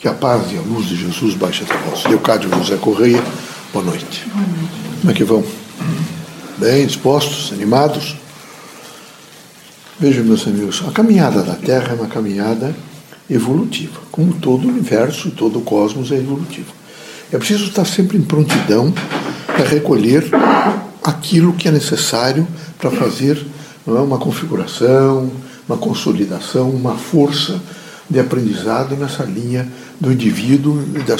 Que a paz e a luz de Jesus baixe até vós. Leocádio José Correia, boa noite. Boa noite. Como é que vão? Bem, dispostos, animados? Vejam, meus amigos, a caminhada da Terra é uma caminhada evolutiva, como todo o universo, todo o cosmos é evolutivo. É preciso estar sempre em prontidão para recolher aquilo que é necessário para fazer, não é, uma configuração, uma consolidação, uma força de aprendizado nessa linha do indivíduo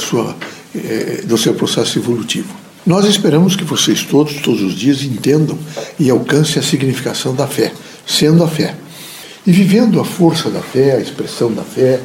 e do seu processo evolutivo. Nós esperamos que vocês todos os dias entendam e alcancem a significação da fé, sendo a fé. E vivendo a força da fé, a expressão da fé,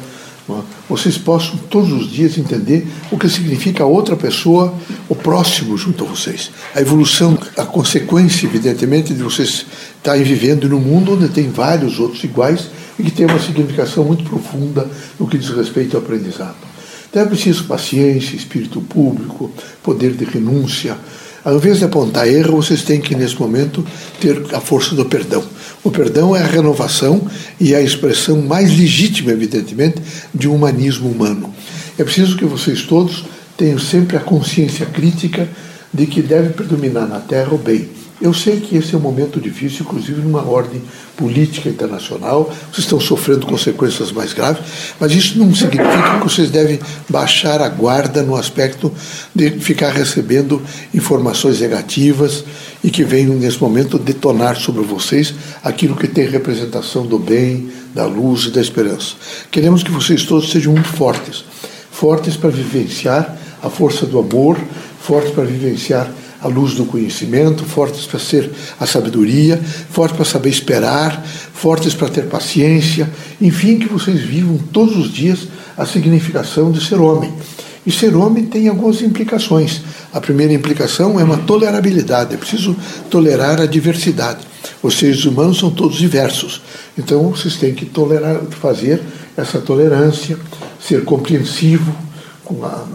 vocês possam todos os dias entender o que significa a outra pessoa, o próximo junto a vocês. A evolução, a consequência, evidentemente, de vocês estarem vivendo num mundo onde tem vários outros iguais e que tem uma significação muito profunda no que diz respeito ao aprendizado. Então é preciso paciência, espírito público, poder de renúncia. Ao invés de apontar erro, vocês têm que, nesse momento, ter a força do perdão. O perdão é a renovação e a expressão mais legítima, evidentemente, de um humanismo humano. É preciso que vocês todos tenham sempre a consciência crítica de que deve predominar na Terra o bem. Eu sei que esse é um momento difícil, inclusive numa ordem política internacional, vocês estão sofrendo consequências mais graves, mas isso não significa que vocês devem baixar a guarda no aspecto de ficar recebendo informações negativas e que venham, nesse momento, detonar sobre vocês aquilo que tem representação do bem, da luz e da esperança. Queremos que vocês todos sejam muito fortes, fortes para vivenciar a força do amor, fortes para vivenciar a luz do conhecimento, fortes para ser a sabedoria, fortes para saber esperar, fortes para ter paciência, enfim, que vocês vivam todos os dias a significação de ser homem. E ser homem tem algumas implicações. A primeira implicação é uma tolerabilidade, é preciso tolerar a diversidade. Os seres humanos são todos diversos, então vocês têm que fazer essa tolerância, ser compreensivo com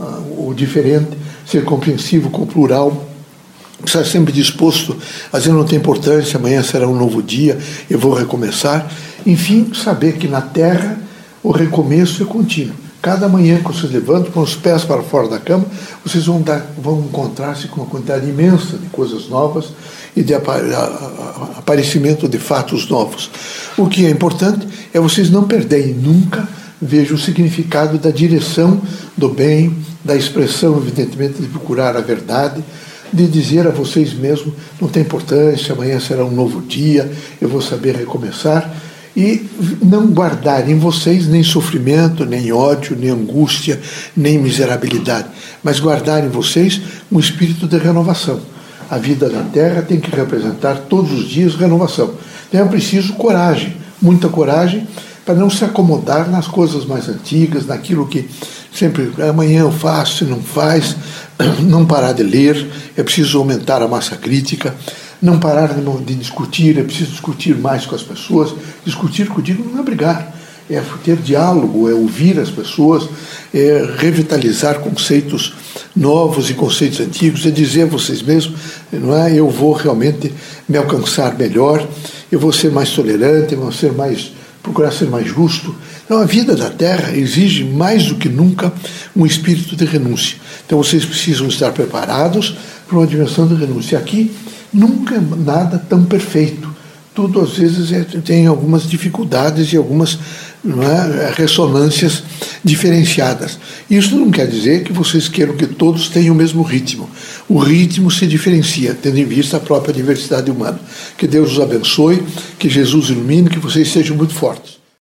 o diferente, ser compreensivo com o plural, estar sempre disposto a dizer não tem importância, amanhã será um novo dia, eu vou recomeçar. Enfim, saber que na Terra o recomeço é contínuo. Cada manhã que vocês levantam, com os pés para fora da cama, vocês vão encontrar-se com uma quantidade imensa de coisas novas e de aparecimento de fatos novos. O que é importante é vocês não perderem nunca, veja, o significado da direção do bem, da expressão, evidentemente, de procurar a verdade, de dizer a vocês mesmos, não tem importância, amanhã será um novo dia, eu vou saber recomeçar, e não guardar em vocês nem sofrimento, nem ódio, nem angústia, nem miserabilidade, mas guardar em vocês um espírito de renovação. A vida na Terra tem que representar todos os dias renovação. Então é preciso coragem, muita coragem, para não se acomodar nas coisas mais antigas, naquilo que sempre, amanhã eu faço, se não faz, não parar de ler, é preciso aumentar a massa crítica, não parar de discutir, é preciso discutir mais com as pessoas. Discutir, que eu digo, não é brigar, é ter diálogo, é ouvir as pessoas, é revitalizar conceitos novos e conceitos antigos, é dizer a vocês mesmos, não é, eu vou realmente me alcançar melhor, eu vou ser mais tolerante, eu vou ser procurar ser mais justo. Então a vida da Terra exige mais do que nunca um espírito de renúncia. Então vocês precisam estar preparados para uma dimensão de renúncia. Aqui nunca é nada tão perfeito. Tudo às vezes tem algumas dificuldades e algumas ressonâncias diferenciadas. Isso não quer dizer que vocês queiram que todos tenham o mesmo ritmo. O ritmo se diferencia, tendo em vista a própria diversidade humana. Que Deus os abençoe, que Jesus ilumine, que vocês sejam muito fortes.